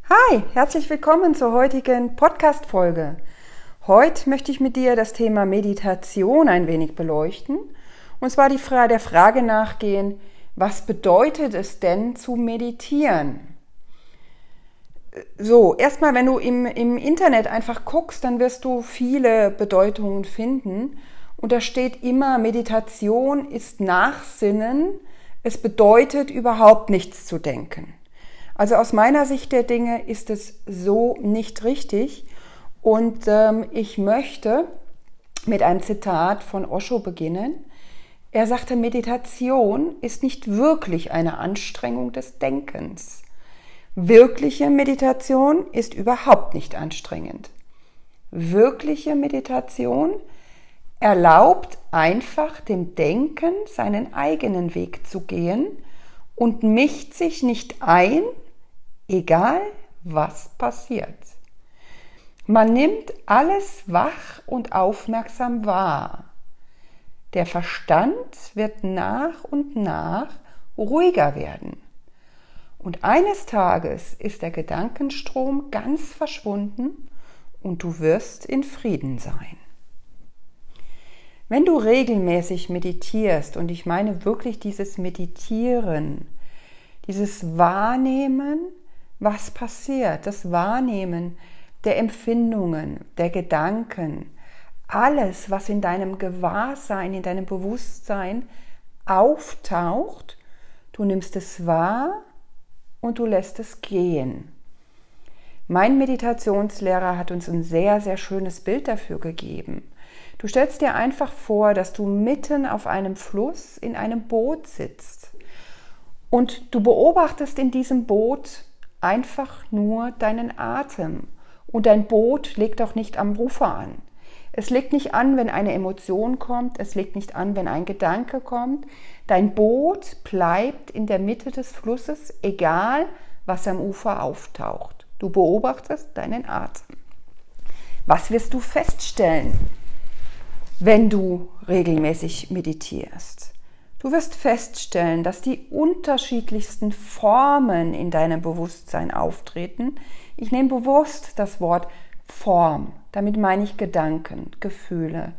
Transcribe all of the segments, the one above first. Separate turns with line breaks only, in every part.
Hi, herzlich willkommen zur heutigen Podcast-Folge. Heute möchte ich mit dir das Thema Meditation ein wenig beleuchten. Und zwar der Frage nachgehen, was bedeutet es denn zu meditieren? So, erstmal, wenn du im Internet einfach guckst, dann wirst du viele Bedeutungen finden. Und da steht immer, Meditation ist Nachsinnen. Es bedeutet überhaupt nichts zu denken. Also aus meiner Sicht der Dinge ist es so nicht richtig. Und ich möchte mit einem Zitat von Osho beginnen. Er sagte, Meditation ist nicht wirklich eine Anstrengung des Denkens. Wirkliche Meditation ist überhaupt nicht anstrengend. Wirkliche Meditation erlaubt einfach dem Denken seinen eigenen Weg zu gehen und mischt sich nicht ein, egal was passiert. Man nimmt alles wach und aufmerksam wahr. Der Verstand wird nach und nach ruhiger werden. Und eines Tages ist der Gedankenstrom ganz verschwunden und du wirst in Frieden sein. Wenn du regelmäßig meditierst, und ich meine wirklich dieses Meditieren, dieses Wahrnehmen, was passiert, das Wahrnehmen der Empfindungen, der Gedanken, alles, was in deinem Gewahrsein, in deinem Bewusstsein auftaucht, du nimmst es wahr und du lässt es gehen. Mein Meditationslehrer hat uns ein sehr, sehr schönes Bild dafür gegeben. Du stellst dir einfach vor, dass du mitten auf einem Fluss in einem Boot sitzt und du beobachtest in diesem Boot einfach nur deinen Atem. Und dein Boot legt auch nicht am Ufer an. Es legt nicht an, wenn eine Emotion kommt, es legt nicht an, wenn ein Gedanke kommt. Dein Boot bleibt in der Mitte des Flusses, egal was am Ufer auftaucht. Du beobachtest deinen Atem. Was wirst du feststellen, wenn du regelmäßig meditierst? Du wirst feststellen, dass die unterschiedlichsten Formen in deinem Bewusstsein auftreten. Ich nehme bewusst das Wort Form. Damit meine ich Gedanken, Gefühle,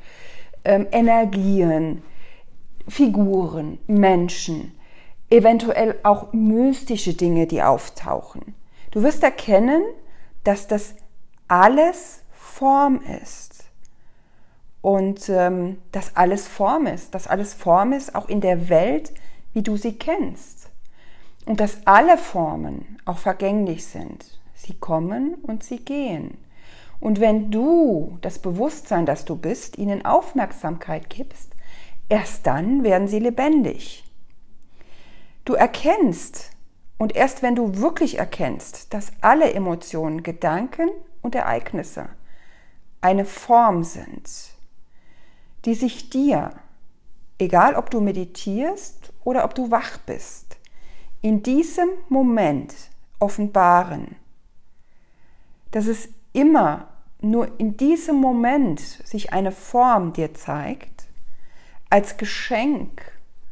Energien, Figuren, Menschen, eventuell auch mystische Dinge, die auftauchen. Du wirst erkennen, dass das alles Form ist. Und dass alles Form ist auch in der Welt, wie du sie kennst. Und dass alle Formen auch vergänglich sind. Sie kommen und sie gehen. Und wenn du das Bewusstsein, das du bist, ihnen Aufmerksamkeit gibst, erst dann werden sie lebendig. Du erkennst, und erst wenn du wirklich erkennst, dass alle Emotionen, Gedanken und Ereignisse eine Form sind, die sich dir, egal ob du meditierst oder ob du wach bist, in diesem Moment offenbaren, dass es immer nur in diesem Moment sich eine Form dir zeigt, als Geschenk,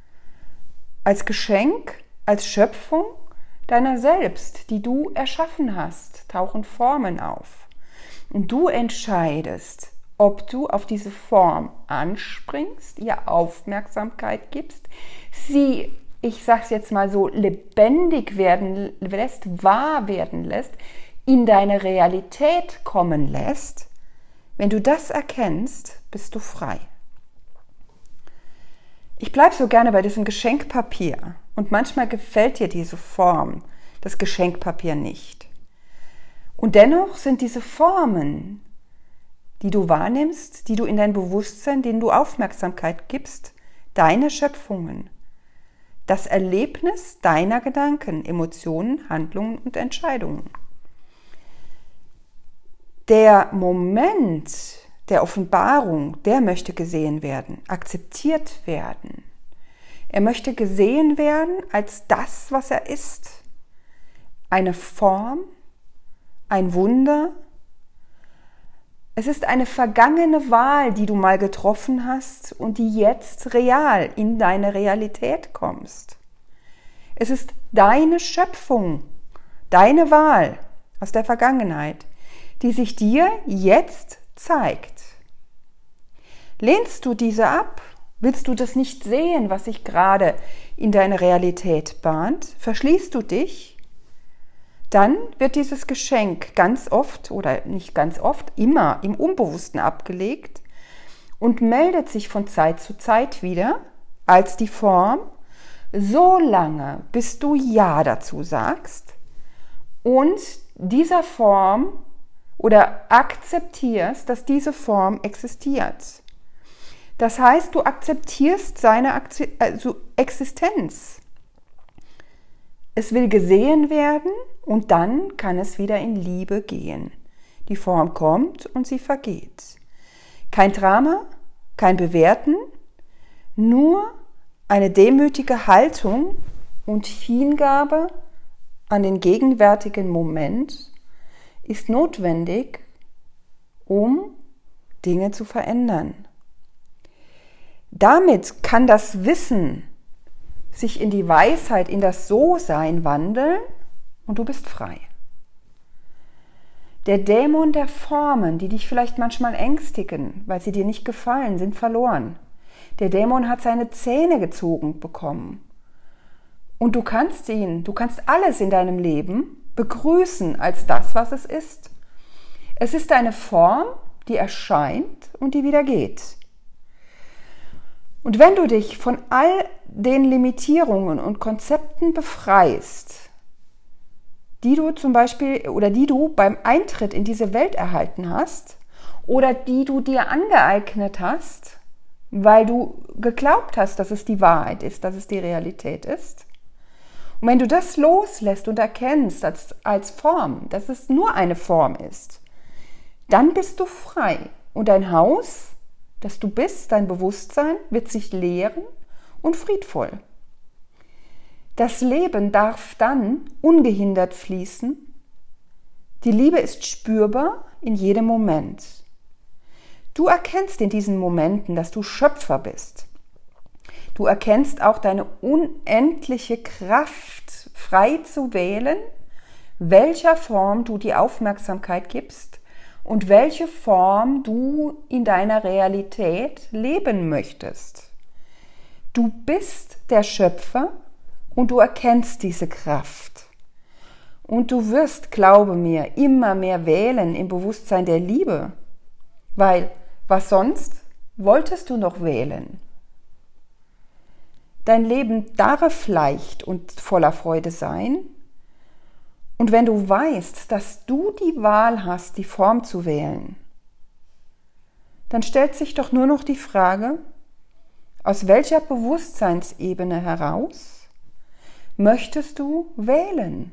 als Schöpfung deiner selbst, die du erschaffen hast, tauchen Formen auf. Und du entscheidest, ob du auf diese Form anspringst, ihr Aufmerksamkeit gibst, sie, ich sage es jetzt mal so, lebendig werden lässt, wahr werden lässt, in deine Realität kommen lässt. Wenn du das erkennst, bist du frei. Ich bleibe so gerne bei diesem Geschenkpapier und manchmal gefällt dir diese Form, das Geschenkpapier nicht. Und dennoch sind diese Formen, die du wahrnimmst, die du in dein Bewusstsein, denen du Aufmerksamkeit gibst, deine Schöpfungen, das Erlebnis deiner Gedanken, Emotionen, Handlungen und Entscheidungen. Der Moment der Offenbarung, der möchte gesehen werden, akzeptiert werden. Er möchte gesehen werden als das, was er ist. Eine Form, ein Wunder. Es ist eine vergangene Wahl, die du mal getroffen hast und die jetzt real in deine Realität kommst. Es ist deine Schöpfung, deine Wahl. aus der Vergangenheit, die sich dir jetzt zeigt. Lehnst du diese ab? Willst du das nicht sehen, was sich gerade in deine Realität bahnt? Verschließt du dich? Dann wird dieses Geschenk ganz oft oder nicht ganz oft, immer im Unbewussten abgelegt und meldet sich von Zeit zu Zeit wieder als die Form, so lange, bis du Ja dazu sagst und dieser Form oder akzeptierst, dass diese Form existiert. Das heißt, du akzeptierst seine Existenz. Es will gesehen werden und dann kann es wieder in Liebe gehen. Die Form kommt und sie vergeht. Kein Drama, kein Bewerten, nur eine demütige Haltung und Hingabe an den gegenwärtigen Moment ist notwendig, um Dinge zu verändern. Damit kann das Wissen sich in die Weisheit, in das So-Sein wandeln und du bist frei. Der Dämon der Formen, die dich vielleicht manchmal ängstigen, weil sie dir nicht gefallen, sind verloren. Der Dämon hat seine Zähne gezogen bekommen. Und du kannst alles in deinem Leben begrüßen als das, was es ist. Es ist eine Form, die erscheint und die wieder geht. Und wenn du dich von all den Limitierungen und Konzepten befreist, die du zum Beispiel oder die du beim Eintritt in diese Welt erhalten hast oder die du dir angeeignet hast, weil du geglaubt hast, dass es die Wahrheit ist, dass es die Realität ist. Und wenn du das loslässt und erkennst als Form, dass es nur eine Form ist, dann bist du frei und dein Haus, das du bist, dein Bewusstsein, wird sich leeren und friedvoll. Das Leben darf dann ungehindert fließen. Die Liebe ist spürbar in jedem Moment. Du erkennst in diesen Momenten, dass du Schöpfer bist. Du erkennst auch deine unendliche Kraft, frei zu wählen, welcher Form du die Aufmerksamkeit gibst und welche Form du in deiner Realität leben möchtest. Du bist der Schöpfer und du erkennst diese Kraft. Und du wirst, glaube mir, immer mehr wählen im Bewusstsein der Liebe. Weil, was sonst wolltest du noch wählen? Dein Leben darf leicht und voller Freude sein. Und wenn du weißt, dass du die Wahl hast, die Form zu wählen, dann stellt sich doch nur noch die Frage, aus welcher Bewusstseinsebene heraus möchtest du wählen?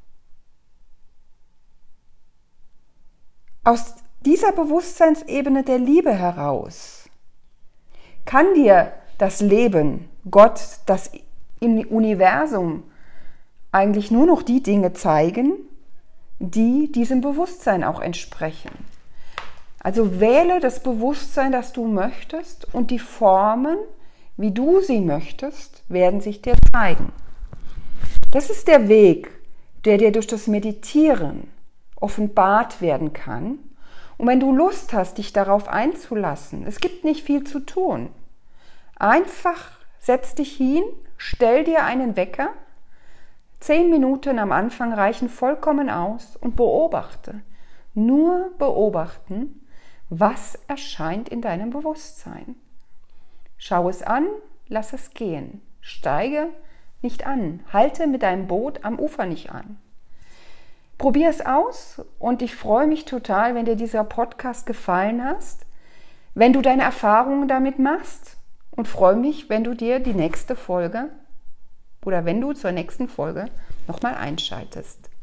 Aus dieser Bewusstseinsebene der Liebe heraus kann dir das Leben, Gott, das im Universum eigentlich nur noch die Dinge zeigen, die diesem Bewusstsein auch entsprechen. Also wähle das Bewusstsein, das du möchtest, und die Formen, wie du sie möchtest, werden sich dir zeigen. Das ist der Weg, der dir durch das Meditieren offenbart werden kann. Und wenn du Lust hast, dich darauf einzulassen, es gibt nicht viel zu tun. Einfach setz dich hin, stell dir einen Wecker, 10 Minuten am Anfang reichen vollkommen aus und beobachte. Nur beobachten, was erscheint in deinem Bewusstsein. Schau es an, lass es gehen. Steige nicht an, halte mit deinem Boot am Ufer nicht an. Probier es aus und ich freue mich total, wenn dir dieser Podcast gefallen hat, wenn du deine Erfahrungen damit machst, und freue mich, wenn du dir die nächste Folge oder wenn du zur nächsten Folge nochmal einschaltest.